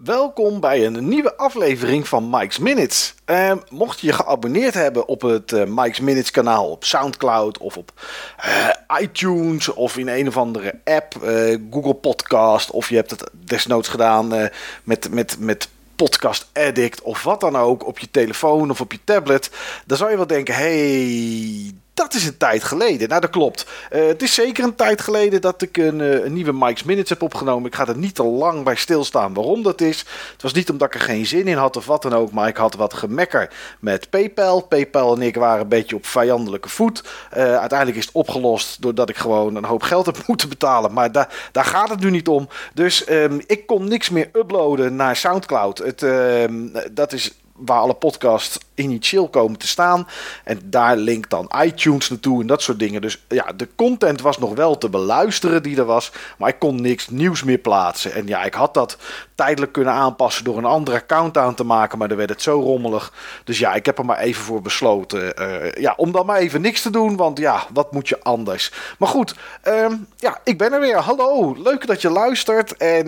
Welkom bij een nieuwe aflevering van Mike's Minutes. Mocht je je geabonneerd hebben op het Mike's Minutes kanaal op Soundcloud of op iTunes of in een of andere app, Google Podcast, of je hebt het desnoods gedaan met Podcast Addict of wat dan ook op je telefoon of op je tablet, dan zou je wel denken, hey, dat is een tijd geleden. Nou, dat klopt. Het is zeker een tijd geleden dat ik een nieuwe Mike's Minutes heb opgenomen. Ik ga er niet te lang bij stilstaan waarom dat is. Het was niet omdat ik er geen zin in had of wat dan ook, maar ik had wat gemekker met PayPal. PayPal en ik waren een beetje op vijandelijke voet. Uiteindelijk is het opgelost doordat ik gewoon een hoop geld heb moeten betalen. Maar daar gaat het nu niet om. Dus ik kon niks meer uploaden naar Soundcloud. Dat is waar alle podcasts initieel komen te staan. En daar linkt dan iTunes naartoe en dat soort dingen. Dus ja, de content was nog wel te beluisteren die er was. Maar ik kon niks nieuws meer plaatsen. En ja, ik had dat tijdelijk kunnen aanpassen door een andere account aan te maken. Maar dan werd het zo rommelig. Dus ja, ik heb er maar even voor besloten. Om dan maar even niks te doen. Want ja, wat moet je anders? Maar goed, ik ben er weer. Hallo, leuk dat je luistert. En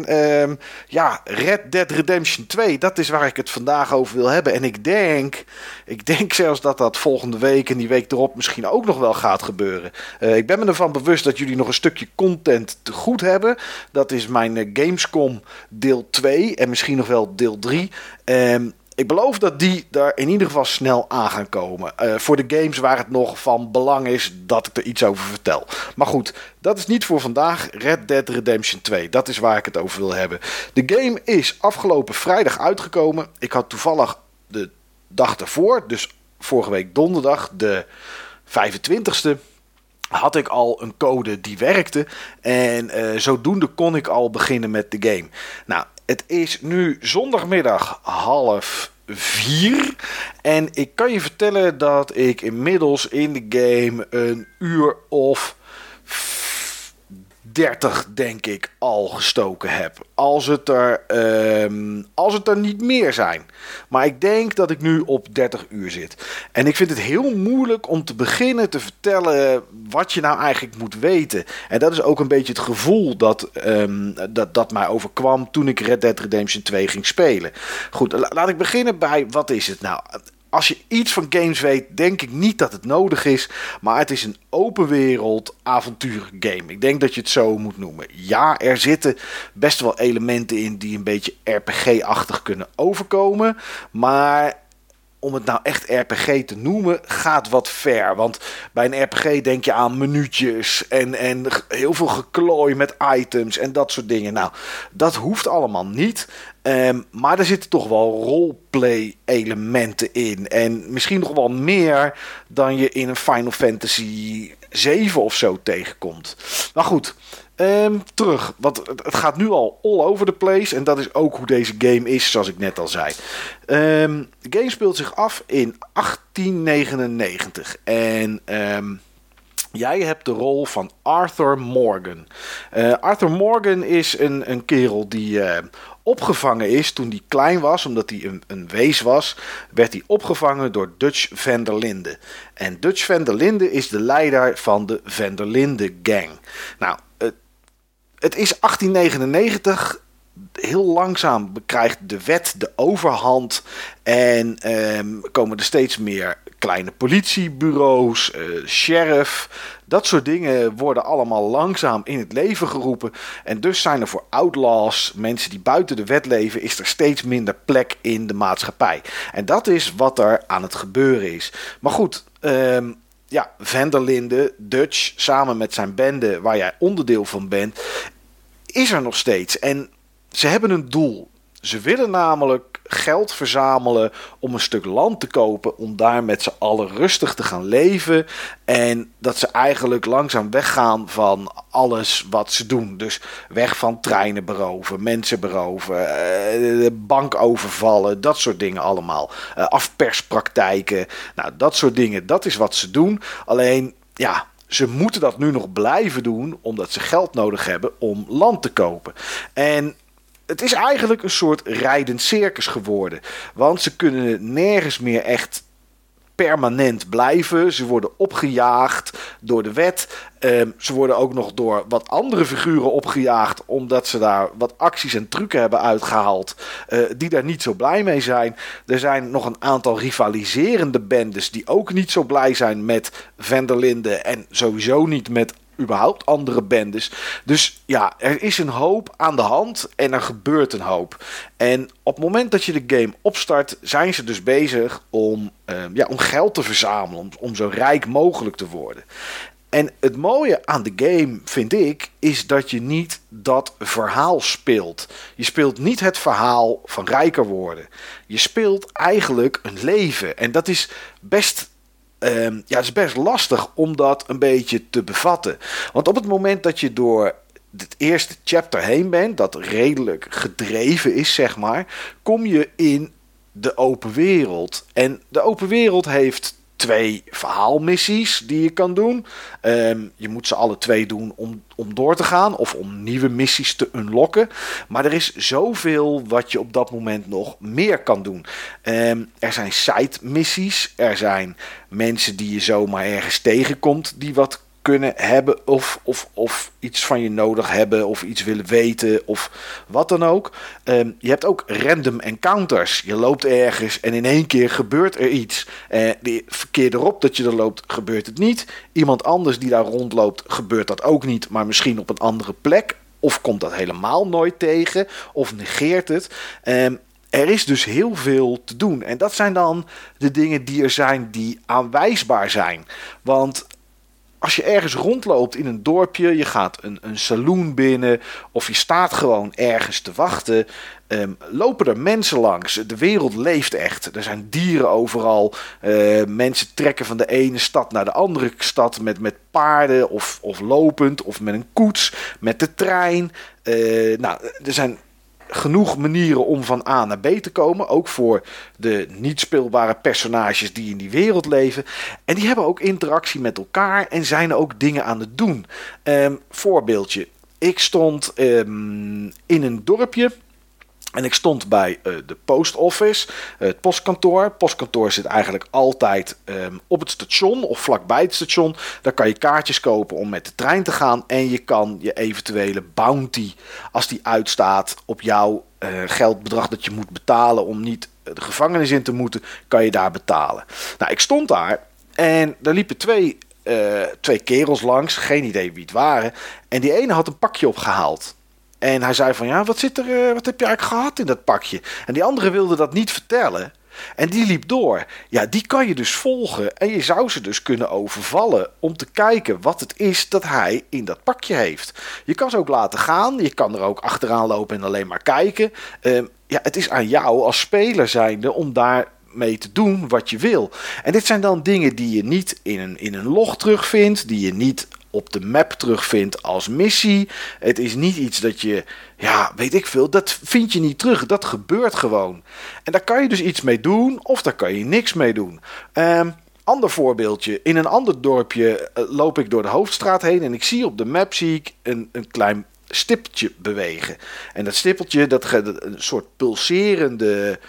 Red Dead Redemption 2, dat is waar ik het vandaag over wil hebben. En ik denk zelfs dat volgende week en die week erop misschien ook nog wel gaat gebeuren. Ik ben me ervan bewust dat jullie nog een stukje content te goed hebben. Dat is mijn Gamescom deel 2 en misschien nog wel deel 3. Ik beloof dat die daar in ieder geval snel aan gaan komen. Voor de games waar het nog van belang is dat ik er iets over vertel. Maar goed, dat is niet voor vandaag. Red Dead Redemption 2, dat is waar ik het over wil hebben. De game is afgelopen vrijdag uitgekomen. Ik had toevallig de dag ervoor, dus vorige week donderdag, de 25e... had ik al een code die werkte. En zodoende kon ik al beginnen met de game. Nou, het is nu zondagmiddag 3:30. En ik kan je vertellen dat ik inmiddels in de game een uur of 30, denk ik, al gestoken heb. Als het er niet meer zijn. Maar ik denk dat ik nu op 30 uur zit. En ik vind het heel moeilijk om te beginnen te vertellen wat je nou eigenlijk moet weten. En dat is ook een beetje het gevoel dat mij overkwam toen ik Red Dead Redemption 2 ging spelen. Goed, laat ik beginnen bij wat is het nou? Als je iets van games weet, denk ik niet dat het nodig is. Maar het is een open wereld avontuurgame. Ik denk dat je het zo moet noemen. Ja, er zitten best wel elementen in die een beetje RPG-achtig kunnen overkomen. Maar om het nou echt RPG te noemen, gaat wat ver. Want bij een RPG denk je aan minuutjes en heel veel geklooi met items en dat soort dingen. Nou, dat hoeft allemaal niet. Maar er zitten toch wel roleplay elementen in. En misschien nog wel meer dan je in een Final Fantasy 7 of zo tegenkomt. Maar goed, terug. Want het gaat nu al all over the place. En dat is ook hoe deze game is, zoals ik net al zei. De game speelt zich af in 1899. En jij hebt de rol van Arthur Morgan. Arthur Morgan is een kerel die opgevangen is toen hij klein was. Omdat hij een wees was, werd hij opgevangen door Dutch van der Linde. En Dutch van der Linde is de leider van de Van der Linde Gang. Nou, het is 1899. Heel langzaam krijgt de wet de overhand en komen er steeds meer kleine politiebureaus, sheriff. Dat soort dingen worden allemaal langzaam in het leven geroepen. En dus zijn er voor outlaws, mensen die buiten de wet leven, is er steeds minder plek in de maatschappij. En dat is wat er aan het gebeuren is. Maar goed, Van der Linde, Dutch, samen met zijn bende waar jij onderdeel van bent, is er nog steeds. En ze hebben een doel. Ze willen namelijk geld verzamelen om een stuk land te kopen, om daar met z'n allen rustig te gaan leven. En dat ze eigenlijk langzaam weggaan van alles wat ze doen. Dus weg van treinen beroven, mensen beroven, bankovervallen, dat soort dingen allemaal. Afperspraktijken, nou dat soort dingen, dat is wat ze doen. Alleen, ja, ze moeten dat nu nog blijven doen, omdat ze geld nodig hebben om land te kopen. En het is eigenlijk een soort rijdend circus geworden. Want ze kunnen nergens meer echt permanent blijven. Ze worden opgejaagd door de wet. Ze worden ook nog door wat andere figuren opgejaagd, omdat ze daar wat acties en trucken hebben uitgehaald die daar niet zo blij mee zijn. Er zijn nog een aantal rivaliserende bendes die ook niet zo blij zijn met Van der Linden en sowieso niet met überhaupt andere bendes. Dus ja, er is een hoop aan de hand en er gebeurt een hoop. En op het moment dat je de game opstart, zijn ze dus bezig om geld te verzamelen, om zo rijk mogelijk te worden. En het mooie aan de game, vind ik, is dat je niet dat verhaal speelt. Je speelt niet het verhaal van rijker worden. Je speelt eigenlijk een leven. En dat is best het is best lastig om dat een beetje te bevatten. Want op het moment dat je door het eerste chapter heen bent, dat redelijk gedreven is, zeg maar, kom je in de open wereld. En de open wereld heeft 2 verhaalmissies die je kan doen. Je moet ze alle 2 doen om door te gaan of om nieuwe missies te unlocken. Maar er is zoveel wat je op dat moment nog meer kan doen. Er zijn side missies. Er zijn mensen die je zomaar ergens tegenkomt die wat kunnen hebben of iets van je nodig hebben of iets willen weten of wat dan ook. Je hebt ook random encounters. Je loopt ergens en in één keer gebeurt er iets. De verkeer erop dat je er loopt gebeurt het niet. Iemand anders die daar rondloopt gebeurt dat ook niet, maar misschien op een andere plek. Of komt dat helemaal nooit tegen of negeert het. Er is dus heel veel te doen. En dat zijn dan de dingen die er zijn die aanwijsbaar zijn. Want als je ergens rondloopt in een dorpje, je gaat een saloon binnen of je staat gewoon ergens te wachten, lopen er mensen langs. De wereld leeft echt. Er zijn dieren overal. Mensen trekken van de ene stad naar de andere stad met paarden of lopend of met een koets, met de trein. Er zijn genoeg manieren om van A naar B te komen. Ook voor de niet speelbare personages die in die wereld leven. En die hebben ook interactie met elkaar en zijn ook dingen aan het doen. Voorbeeldje. Ik stond in een dorpje. En ik stond bij de post office, het postkantoor. Het postkantoor zit eigenlijk altijd op het station of vlakbij het station. Daar kan je kaartjes kopen om met de trein te gaan. En je kan je eventuele bounty, als die uitstaat op jouw geldbedrag dat je moet betalen om niet de gevangenis in te moeten, kan je daar betalen. Nou, ik stond daar en daar liepen 2 kerels langs. Geen idee wie het waren. En die ene had een pakje opgehaald. En hij zei van, ja, wat heb je eigenlijk gehad in dat pakje? En die andere wilde dat niet vertellen. En die liep door. Ja, die kan je dus volgen. En je zou ze dus kunnen overvallen om te kijken wat het is dat hij in dat pakje heeft. Je kan ze ook laten gaan. Je kan er ook achteraan lopen en alleen maar kijken. Het is aan jou als speler zijnde om daar mee te doen wat je wil. En dit zijn dan dingen die je niet in een log terugvindt, die je niet op de map terugvindt als missie. Het is niet iets dat je, weet ik veel, dat vind je niet terug. Dat gebeurt gewoon. En daar kan je dus iets mee doen of daar kan je niks mee doen. Ander voorbeeldje. In een ander dorpje loop ik door de hoofdstraat heen en ik zie op de map een klein stipeltje bewegen. En dat stippeltje, een soort pulserende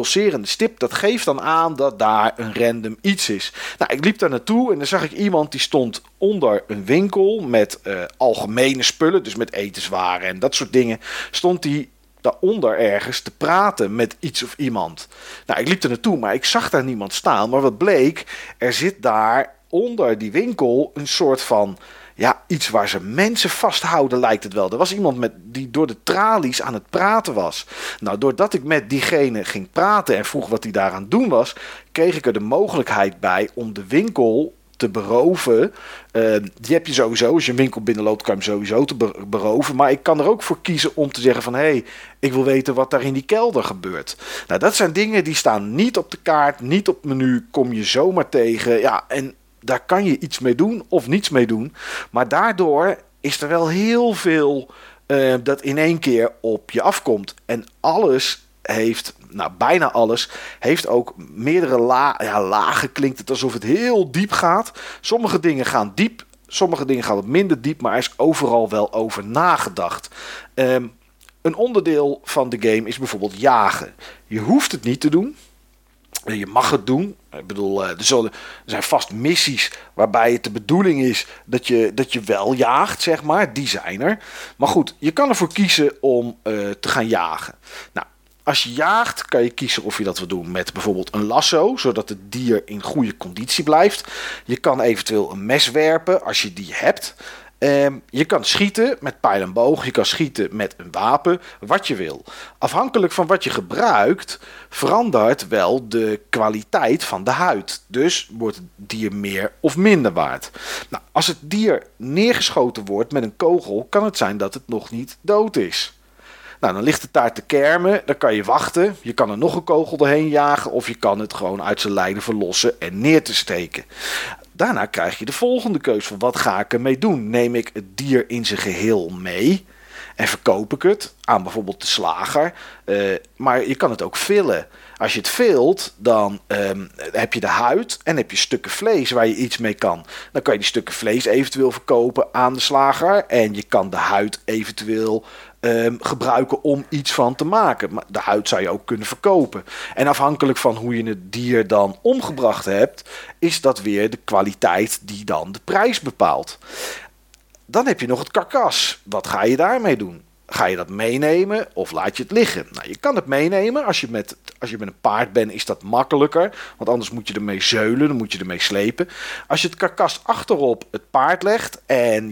stip, dat geeft dan aan dat daar een random iets is. Nou, ik liep daar naartoe en dan zag ik iemand die stond onder een winkel met algemene spullen, dus met etenswaren en dat soort dingen, stond hij daaronder ergens te praten met iets of iemand. Nou, ik liep er naartoe, maar ik zag daar niemand staan. Maar wat bleek, er zit daar onder die winkel een soort van iets waar ze mensen vasthouden, lijkt het wel. Er was iemand die door de tralies aan het praten was. Nou, doordat ik met diegene ging praten en vroeg wat hij daar aan het doen was, kreeg ik er de mogelijkheid bij om de winkel te beroven. Die heb je sowieso. Als je een winkel binnenloopt, kan je hem sowieso te beroven. Maar ik kan er ook voor kiezen om te zeggen van, hey, ik wil weten wat daar in die kelder gebeurt. Nou, dat zijn dingen die staan niet op de kaart, niet op het menu, kom je zomaar tegen. Ja, en daar kan je iets mee doen of niets mee doen. Maar daardoor is er wel heel veel dat in één keer op je afkomt. En alles heeft, bijna alles, heeft ook meerdere lagen. Klinkt het alsof het heel diep gaat. Sommige dingen gaan diep, sommige dingen gaan wat minder diep, maar er is overal wel over nagedacht. Een onderdeel van de game is bijvoorbeeld jagen. Je hoeft het niet te doen. Je mag het doen. Ik bedoel, er zijn vast missies waarbij het de bedoeling is dat je wel jaagt, zeg maar. Die zijn er. Maar goed, je kan ervoor kiezen om te gaan jagen. Nou, als je jaagt, kan je kiezen of je dat wil doen met bijvoorbeeld een lasso, zodat het dier in goede conditie blijft. Je kan eventueel een mes werpen als je die hebt. Je kan schieten met pijl en boog. Je kan schieten met een wapen. Wat je wil. Afhankelijk van wat je gebruikt, verandert wel de kwaliteit van de huid. Dus wordt het dier meer of minder waard. Nou, als het dier neergeschoten wordt met een kogel, kan het zijn dat het nog niet dood is. Nou, dan ligt het daar te kermen. Dan kan je wachten. Je kan er nog een kogel doorheen jagen. Of je kan het gewoon uit zijn lijden verlossen en neer te steken. Daarna krijg je de volgende keus van wat ga ik ermee doen? Neem ik het dier in zijn geheel mee en verkoop ik het aan bijvoorbeeld de slager. Maar je kan het ook villen. Als je het vilt, dan heb je de huid en heb je stukken vlees waar je iets mee kan. Dan kan je die stukken vlees eventueel verkopen aan de slager. En je kan de huid eventueel gebruiken om iets van te maken. Maar de huid zou je ook kunnen verkopen. En afhankelijk van hoe je het dier dan omgebracht hebt, is dat weer de kwaliteit die dan de prijs bepaalt. Dan heb je nog het karkas. Wat ga je daarmee doen? Ga je dat meenemen of laat je het liggen? Nou, je kan het meenemen. Als je met een paard bent, is dat makkelijker. Want anders moet je ermee zeulen, dan moet je ermee slepen. Als je het karkas achterop het paard legt en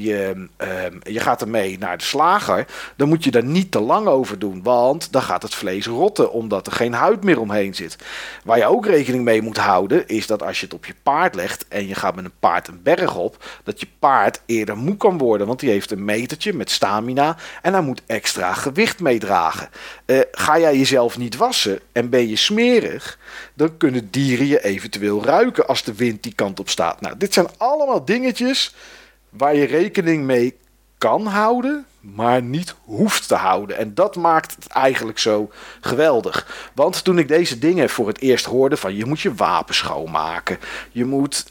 je gaat ermee naar de slager, dan moet je daar niet te lang over doen. Want dan gaat het vlees rotten, omdat er geen huid meer omheen zit. Waar je ook rekening mee moet houden, is dat als je het op je paard legt en je gaat met een paard een berg op, dat je paard eerder moe kan worden. Want die heeft een metertje met stamina en hij moet extra gewicht meedragen. Ga jij jezelf niet wassen en ben je smerig, dan kunnen dieren je eventueel ruiken als de wind die kant op staat. Nou, dit zijn allemaal dingetjes waar je rekening mee kan houden, maar niet hoeft te houden. En dat maakt het eigenlijk zo geweldig. Want toen ik deze dingen voor het eerst hoorde van je moet je wapen schoonmaken, je moet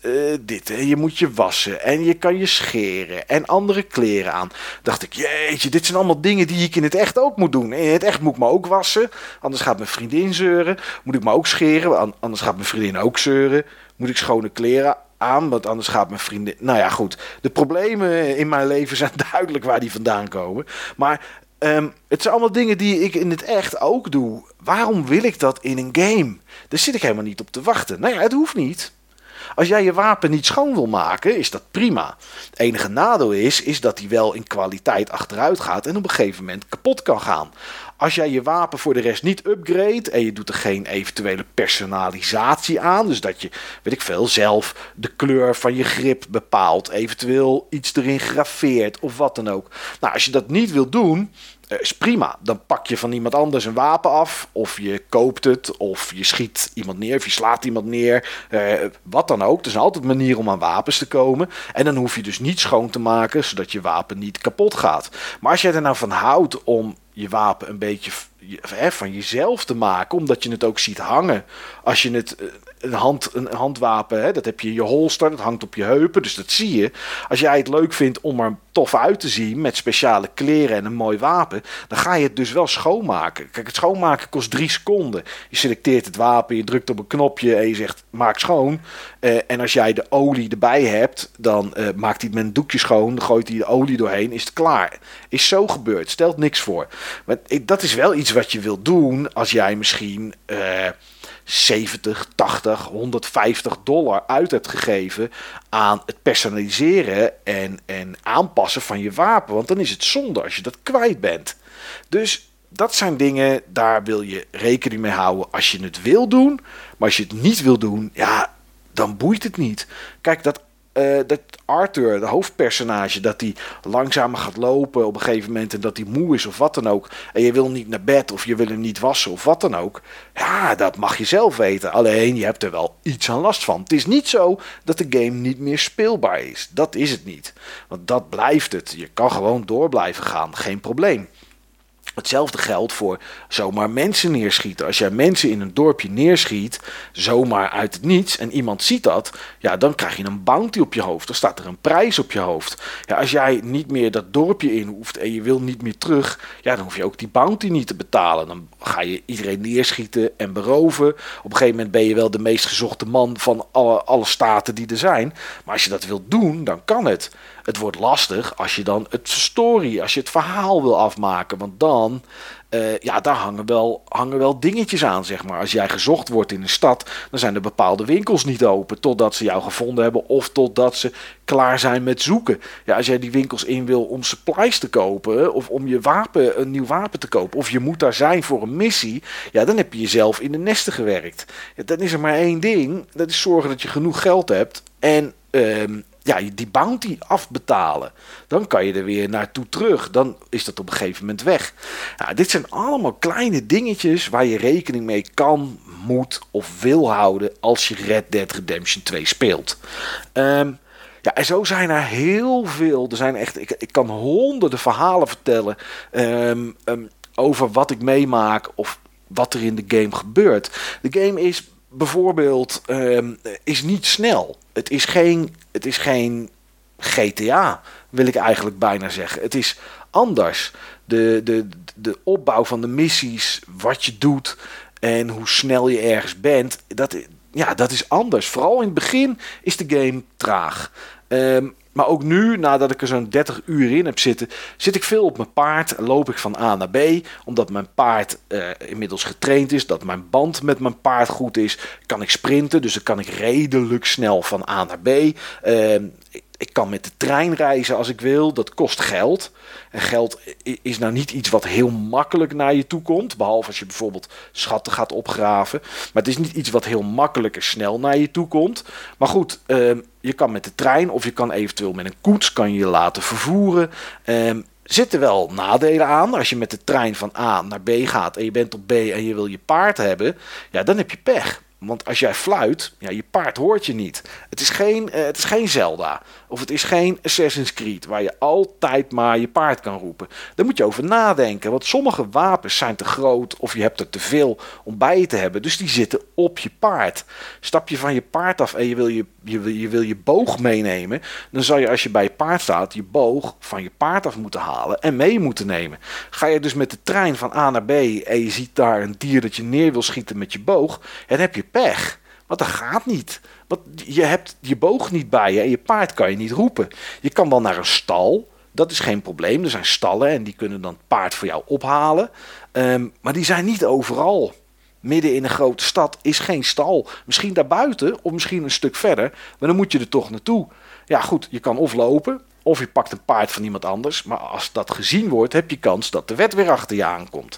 je moet je wassen en je kan je scheren en andere kleren aan, dacht ik, jeetje, dit zijn allemaal dingen die ik in het echt ook moet doen. In het echt moet ik me ook wassen, anders gaat mijn vriendin zeuren. Moet ik me ook scheren, anders gaat mijn vriendin ook zeuren. Moet ik schone kleren aan, want anders gaat mijn vriendin. Nou ja, goed. De problemen in mijn leven zijn duidelijk waar die vandaan komen. Maar het zijn allemaal dingen die ik in het echt ook doe. Waarom wil ik dat in een game? Daar zit ik helemaal niet op te wachten. Nou ja, het hoeft niet. Als jij je wapen niet schoon wil maken, is dat prima. Het enige nadeel is dat hij wel in kwaliteit achteruit gaat en op een gegeven moment kapot kan gaan. Als jij je wapen voor de rest niet upgrade en je doet er geen eventuele personalisatie aan, dus dat je, weet ik veel, zelf de kleur van je grip bepaalt, eventueel iets erin grafeert of wat dan ook. Nou, als je dat niet wil doen, is prima. Dan pak je van iemand anders een wapen af, of je koopt het, of je schiet iemand neer, of je slaat iemand neer, wat dan ook. Er zijn altijd manieren om aan wapens te komen. En dan hoef je dus niet schoon te maken, zodat je wapen niet kapot gaat. Maar als jij er nou van houdt om je wapen een beetje van jezelf te maken, omdat je het ook ziet hangen. Als je het een handwapen, dat heb je in je holster, dat hangt op je heupen, dus dat zie je. Als jij het leuk vindt om er tof uit te zien met speciale kleren en een mooi wapen, dan ga je het dus wel schoonmaken. Kijk, het schoonmaken kost 3 seconden. Je selecteert het wapen, je drukt op een knopje en je zegt maak schoon. En als jij de olie erbij hebt, dan maakt hij het met een doekje schoon, dan gooit hij de olie doorheen, is het klaar. Is zo gebeurd, stelt niks voor. Maar dat is wel iets wat je wilt doen als jij misschien 70, 80, $150 uit hebt gegeven aan het personaliseren en aanpassen van je wapen. Want dan is het zonde als je dat kwijt bent. Dus dat zijn dingen, daar wil je rekening mee houden als je het wil doen. Maar als je het niet wil doen, ja, dan boeit het niet. Kijk, dat Arthur, de hoofdpersonage, dat hij langzamer gaat lopen op een gegeven moment en dat hij moe is of wat dan ook. En je wil niet naar bed of je wil hem niet wassen of wat dan ook. Ja, dat mag je zelf weten. Alleen, je hebt er wel iets aan last van. Het is niet zo dat de game niet meer speelbaar is. Dat is het niet. Want dat blijft het. Je kan gewoon door blijven gaan. Geen probleem. Hetzelfde geldt voor zomaar mensen neerschieten. Als jij mensen in een dorpje neerschiet, zomaar uit het niets, en iemand ziet dat, ja, dan krijg je een bounty op je hoofd. Dan staat er een prijs op je hoofd. Ja, als jij niet meer dat dorpje in hoeft en je wil niet meer terug, ja, dan hoef je ook die bounty niet te betalen. Dan ga je iedereen neerschieten en beroven. Op een gegeven moment ben je wel de meest gezochte man van alle staten die er zijn. Maar als je dat wilt doen, dan kan het. Het wordt lastig als je dan als je het verhaal wil afmaken. Want dan, daar hangen wel dingetjes aan, zeg maar. Als jij gezocht wordt in een stad, dan zijn er bepaalde winkels niet open totdat ze jou gevonden hebben of totdat ze klaar zijn met zoeken. Ja, als jij die winkels in wil om supplies te kopen of om een nieuw wapen te kopen of je moet daar zijn voor een missie, ja, dan heb je jezelf in de nesten gewerkt. Ja, dan is er maar één ding, dat is zorgen dat je genoeg geld hebt en die bounty afbetalen. Dan kan je er weer naartoe terug. Dan is dat op een gegeven moment weg. Nou, dit zijn allemaal kleine dingetjes waar je rekening mee kan, moet of wil houden als je Red Dead Redemption 2 speelt. En zo zijn er heel veel. Er zijn echt, ik kan honderden verhalen vertellen over wat ik meemaak of wat er in de game gebeurt. De game is bijvoorbeeld is niet snel. Het is geen GTA, wil ik eigenlijk bijna zeggen. Het is anders. De opbouw van de missies, wat je doet en hoe snel je ergens bent, dat is anders. Vooral in het begin is de game traag. Maar ook nu, nadat ik er zo'n 30 uur in heb zitten, zit ik veel op mijn paard. Loop ik van A naar B, omdat mijn paard inmiddels getraind is. Dat mijn band met mijn paard goed is. Kan ik sprinten, dus dan kan ik redelijk snel van A naar B. Ik kan met de trein reizen als ik wil. Dat kost geld. En geld is nou niet iets wat heel makkelijk naar je toe komt. Behalve als je bijvoorbeeld schatten gaat opgraven. Maar het is niet iets wat heel makkelijk en snel naar je toe komt. Maar goed, je kan met de trein of je kan eventueel met een koets kan je laten vervoeren. Zitten wel nadelen aan. Als je met de trein van A naar B gaat en je bent op B en je wil je paard hebben, ja, dan heb je pech. Want als jij fluit, ja, je paard hoort je niet. Het is geen Zelda. Of het is geen Assassin's Creed waar je altijd maar je paard kan roepen. Daar moet je over nadenken. Want sommige wapens zijn te groot of je hebt er te veel om bij je te hebben. Dus die zitten op je paard. Stap je van je paard af en je wil je boog meenemen. Dan zal je als je bij je paard staat je boog van je paard af moeten halen en mee moeten nemen. Ga je dus met de trein van A naar B en je ziet daar een dier dat je neer wil schieten met je boog. Dan heb je pech. Want dat gaat niet. Want je hebt je boog niet bij je en je paard kan je niet roepen. Je kan wel naar een stal. Dat is geen probleem. Er zijn stallen en die kunnen dan het paard voor jou ophalen. Maar die zijn niet overal. Midden in een grote stad is geen stal. Misschien daarbuiten of misschien een stuk verder. Maar dan moet je er toch naartoe. Ja goed, je kan of lopen of je pakt een paard van iemand anders. Maar als dat gezien wordt, heb je kans dat de wet weer achter je aankomt.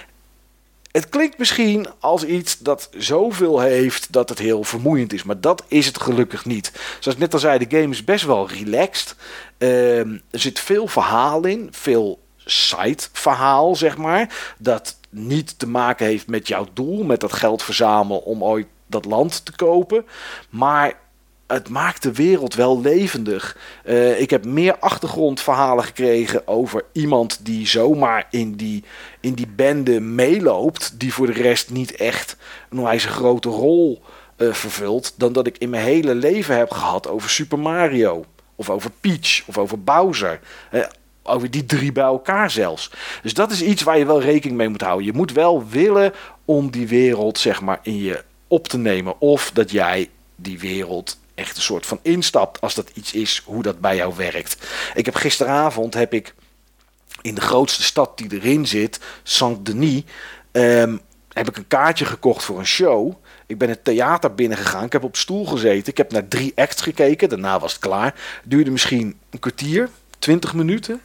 Het klinkt misschien als iets dat zoveel heeft dat het heel vermoeiend is. Maar dat is het gelukkig niet. Zoals ik net al zei, de game is best wel relaxed. Er zit veel verhaal in. Veel side-verhaal, zeg maar. Dat niet te maken heeft met jouw doel. Met dat geld verzamelen om ooit dat land te kopen. Maar het maakt de wereld wel levendig. Ik heb meer achtergrondverhalen gekregen over iemand die zomaar in die bende meeloopt. Die voor de rest niet echt een onwijs grote rol vervult. Dan dat ik in mijn hele leven heb gehad over Super Mario. Of over Peach. Of over Bowser. Over die drie bij elkaar zelfs. Dus dat is iets waar je wel rekening mee moet houden. Je moet wel willen om die wereld zeg maar in je op te nemen. Of dat jij die wereld echt een soort van instapt als dat iets is hoe dat bij jou werkt. Gisteravond heb ik in de grootste stad die erin zit, Saint-Denis, heb ik een kaartje gekocht voor een show. Ik ben het theater binnengegaan. Ik heb op stoel gezeten. Ik heb naar 3 acts gekeken. Daarna was het klaar. Het duurde misschien een kwartier, 20 minuten.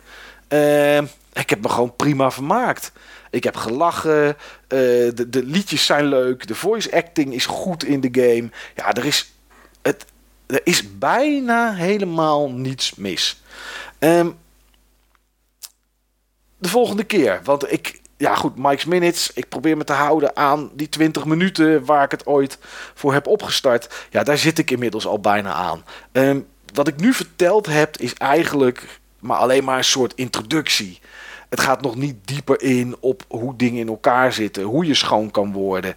Ik heb me gewoon prima vermaakt. Ik heb gelachen. De liedjes zijn leuk. De voice acting is goed in de game. Ja, er is bijna helemaal niets mis. De volgende keer. Want Mike's Minutes. Ik probeer me te houden aan die 20 minuten waar ik het ooit voor heb opgestart. Ja, daar zit ik inmiddels al bijna aan. Wat ik nu verteld heb is eigenlijk maar alleen maar een soort introductie. Het gaat nog niet dieper in op hoe dingen in elkaar zitten. Hoe je schoon kan worden.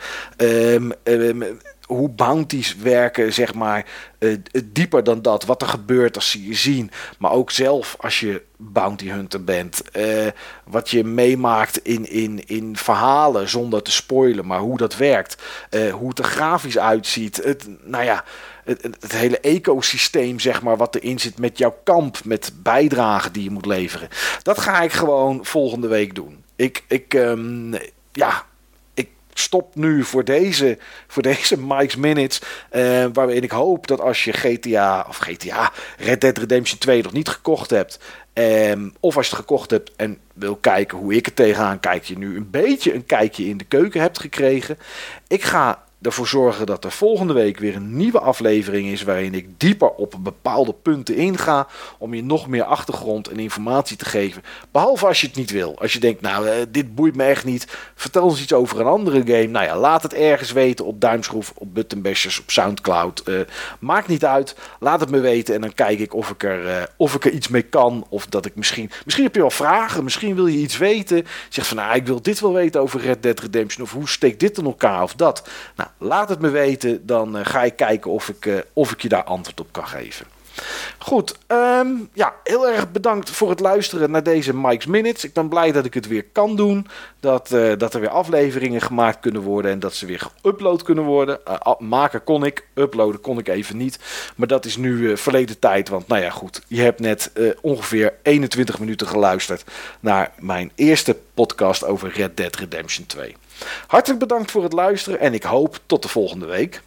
Hoe bounties werken, zeg maar. Dieper dan dat. Wat er gebeurt als ze je zien. Maar ook zelf als je bounty hunter bent. Wat je meemaakt in verhalen zonder te spoilen. Maar hoe dat werkt. Hoe het er grafisch uitziet. Het hele ecosysteem, zeg maar, wat erin zit met jouw kamp. Met bijdragen die je moet leveren. Dat ga ik gewoon volgende week doen. Ik stop nu voor deze Mike's Minutes. Waarin ik hoop dat als je Red Dead Redemption 2 nog niet gekocht hebt. Of als je het gekocht hebt en wil kijken hoe ik er tegenaan kijk. Je nu een beetje een kijkje in de keuken hebt gekregen. Ik ga ervoor zorgen dat er volgende week weer een nieuwe aflevering is. Waarin ik dieper op bepaalde punten inga. Om je nog meer achtergrond en informatie te geven. Behalve als je het niet wil. Als je denkt, dit boeit me echt niet. Vertel ons iets over een andere game. Laat het ergens weten op Duimschroef, op Buttonbashers, op Soundcloud. Maakt niet uit. Laat het me weten en dan kijk ik of ik er iets mee kan. Of dat ik misschien heb je wel vragen. Misschien wil je iets weten. Zeg van, ik wil dit wel weten over Red Dead Redemption. Of hoe steekt dit in elkaar of dat. Laat het me weten, dan ga ik kijken of ik je daar antwoord op kan geven. Goed, heel erg bedankt voor het luisteren naar deze Mike's Minutes. Ik ben blij dat ik het weer kan doen. Dat er weer afleveringen gemaakt kunnen worden en dat ze weer geüpload kunnen worden. Maken kon ik, uploaden kon ik even niet. Maar dat is nu verleden tijd, want goed, je hebt net ongeveer 21 minuten geluisterd naar mijn eerste podcast over Red Dead Redemption 2. Hartelijk bedankt voor het luisteren en ik hoop tot de volgende week.